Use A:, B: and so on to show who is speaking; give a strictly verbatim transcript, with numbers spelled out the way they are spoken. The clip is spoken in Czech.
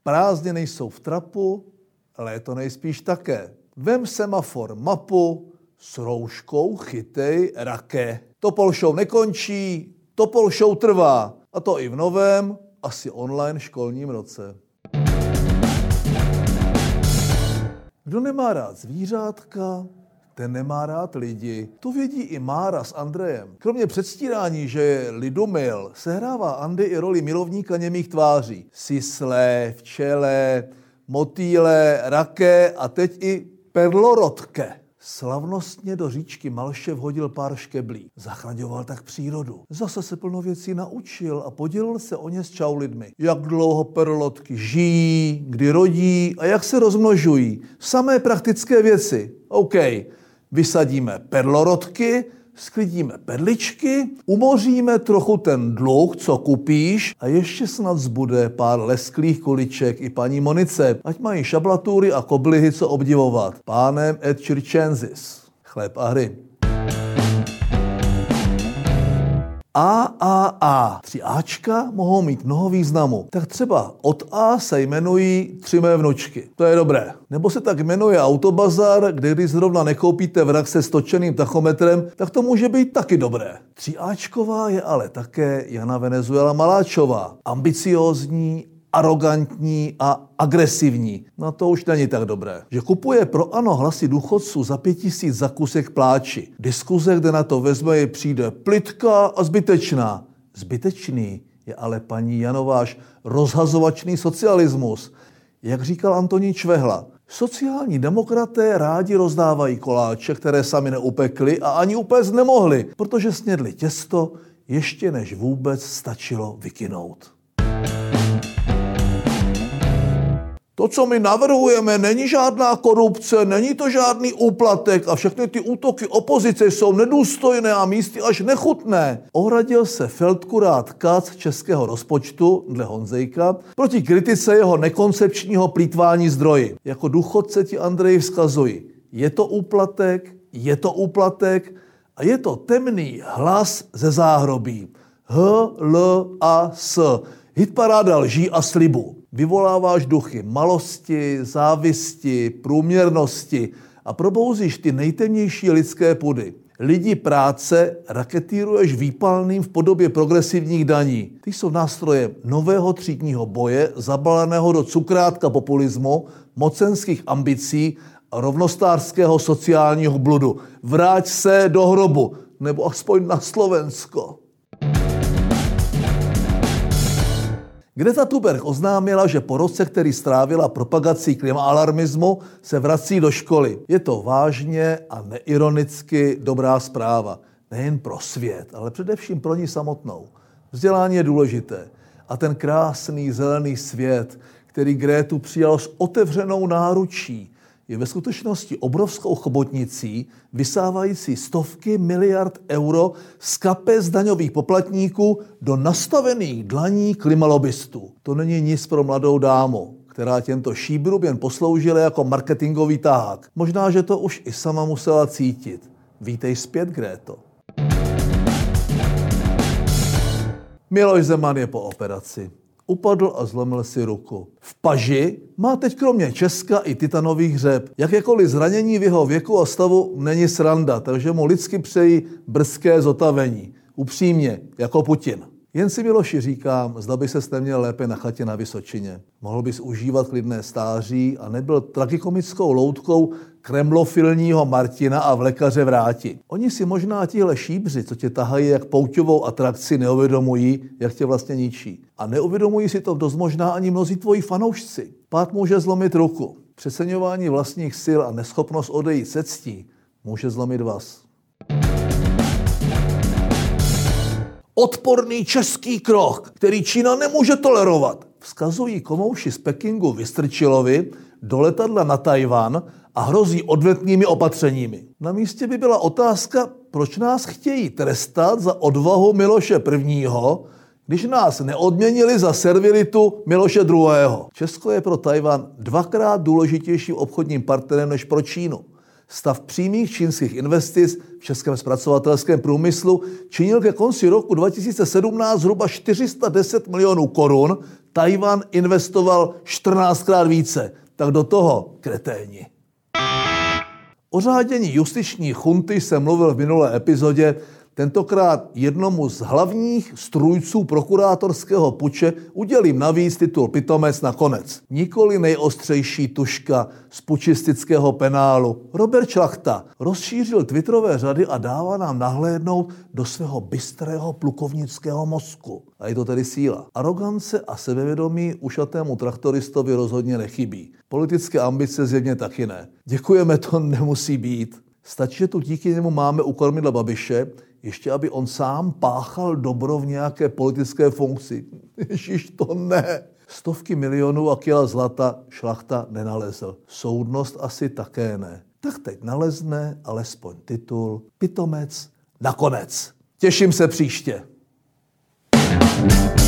A: Prázdniny jsou v trapu, léto nejspíš také. Vem semafor mapu, s rouškou chytej rake. Topol show nekončí, Topol show trvá. A to i v novém, asi online školním roce. Kdo nemá rád zvířátka, ten nemá rád lidi. To vědí i Mára s Andrejem. Kromě předstírání, že je lidumil, sehrává Andy i roli milovníka němých tváří. Sisle, včele, motýle, rake a teď i perlorodke. Slavnostně do říčky Malše vhodil pár škeblí. Zachraňoval tak přírodu. Zase se plno věcí naučil a podělil se o ně s čau lidmi. Jak dlouho perlotky žijí, kdy rodí a jak se rozmnožují. Samé praktické věci. OK, vysadíme perlorodky, sklidíme perličky, umoříme trochu ten dluh, co kupíš a ještě snad zbude pár lesklých kuliček i paní Monice, ať mají šablatury a koblihy co obdivovat. Pánem et circensis. Chléb a hry. A, A, A. Tři Ačka mohou mít mnoho významu. Tak třeba od A se jmenují tři mé vnučky. To je dobré. Nebo se tak jmenuje Autobazar, kde když zrovna nekoupíte vrak se stočeným tachometrem, tak to může být taky dobré. Tři Ačková je ale také Jana Venezuela Maláčová. Ambiciózní, arogantní a agresivní. No to už není tak dobré. Že kupuje pro ANO hlasy důchodců za pět tisíc za kusek pláči. Diskuze, kde na to vezme, je přijde plytká a zbytečná. Zbytečný je ale paní Janováš rozhazovačný socialismus. Jak říkal Antonín Čvehla, sociální demokraté rádi rozdávají koláče, které sami neupekli a ani upéct nemohli, protože snědli těsto ještě než vůbec stačilo vykynout. To, co my navrhujeme, není žádná korupce, není to žádný úplatek a všechny ty útoky opozice jsou nedůstojné a místy až nechutné. Ohradil se feldkurát Kac českého rozpočtu, dle Honzejka, proti kritice jeho nekoncepčního plýtvání zdroji. Jako důchodce ti Andreji vzkazuji, je to úplatek, je to úplatek a je to temný hlas ze záhrobí. H, L a S. Hitparáda lží a slibu. Vyvoláváš duchy malosti, závisti, průměrnosti a probouzíš ty nejtemnější lidské pudy. Lidi práce raketíruješ výpalným v podobě progresivních daní. Ty jsou nástrojem nového třídního boje, zabaleného do cukrátka populismu, mocenských ambicí a rovnostářského sociálního bludu. Vráť se do hrobu, nebo aspoň na Slovensko. Greta Thunberg oznámila, že po roce, který strávila propagací klimaalarmismu, se vrací do školy. Je to vážně a neironicky dobrá zpráva. Nejen pro svět, ale především pro ní samotnou. Vzdělání je důležité. A ten krásný zelený svět, který Grétu přijal s otevřenou náručí, je ve skutečnosti obrovskou chobotnicí, vysávající stovky miliard euro z kapes daňových poplatníků do nastavených dlaní klimalobistů. To není nic pro mladou dámu, která těmto šíbrům jen posloužila jako marketingový tahák. Možná, že to už i sama musela cítit. Vítej zpět, Gréto. Miloš Zeman je po operaci. Upadl a zlomil si ruku. V paži má teď kromě Česka i titanových hřeb. Jakékoliv zranění v jeho věku a stavu není sranda, takže mu lidsky přeji brzké zotavení. Upřímně, jako Putin. Jen si, Miloši, říkám, zda by ses neměl lépe na chatě na Vysočině. Mohl bys užívat klidné stáří a nebyl tragikomickou loutkou kremlofilního Martina a vlekaře vráti. Oni si možná tihle šíbři, co tě tahají jak pouťovou atrakci, neuvědomují, jak tě vlastně ničí. A neuvědomují si to dost možná ani mnozí tvoji fanoušci. Pád může zlomit ruku. Přeceňování vlastních sil a neschopnost odejít se ctí může zlomit vás. Odporný český krok, který Čína nemůže tolerovat, vzkazují komouši z Pekingu Vystrčilovi do letadla na Tajvan a hrozí odvetnými opatřeními. Na místě by byla otázka, proč nás chtějí trestat za odvahu Miloše prvního, když nás neodměnili za servilitu Miloše druhého. Česko je pro Tajvan dvakrát důležitějším obchodním partnerem než pro Čínu. Stav přímých čínských investic v českém zpracovatelském průmyslu činil ke konci roku dva tisíce sedmnáct zhruba čtyři sta deset milionů korun. Tchaj-wan investoval čtrnáctkrát více. Tak do toho, kreténi. O řádění justiční chunty jsem mluvil v minulé epizodě. Tentokrát jednomu z hlavních strůjců prokurátorského puče udělím navíc titul pitomec nakonec. Nikoli nejostřejší tuška z pučistického penálu. Robert Šlachta rozšířil twitterové řady a dává nám nahlédnout do svého bystrého plukovnického mozku. A je to tedy síla. Arogance a sebevědomí ušatému traktoristovi rozhodně nechybí. Politické ambice zjevně taky ne. Děkujeme, to nemusí být. Stačí, že tu díky němu máme u kormidla Babiše, ještě aby on sám páchal dobro v nějaké politické funkci. Ježiš, to ne. Stovky milionů a kila zlata Šlachta nenalezl. Soudnost asi také ne. Tak teď nalezne alespoň titul pitomec nakonec. Těším se příště.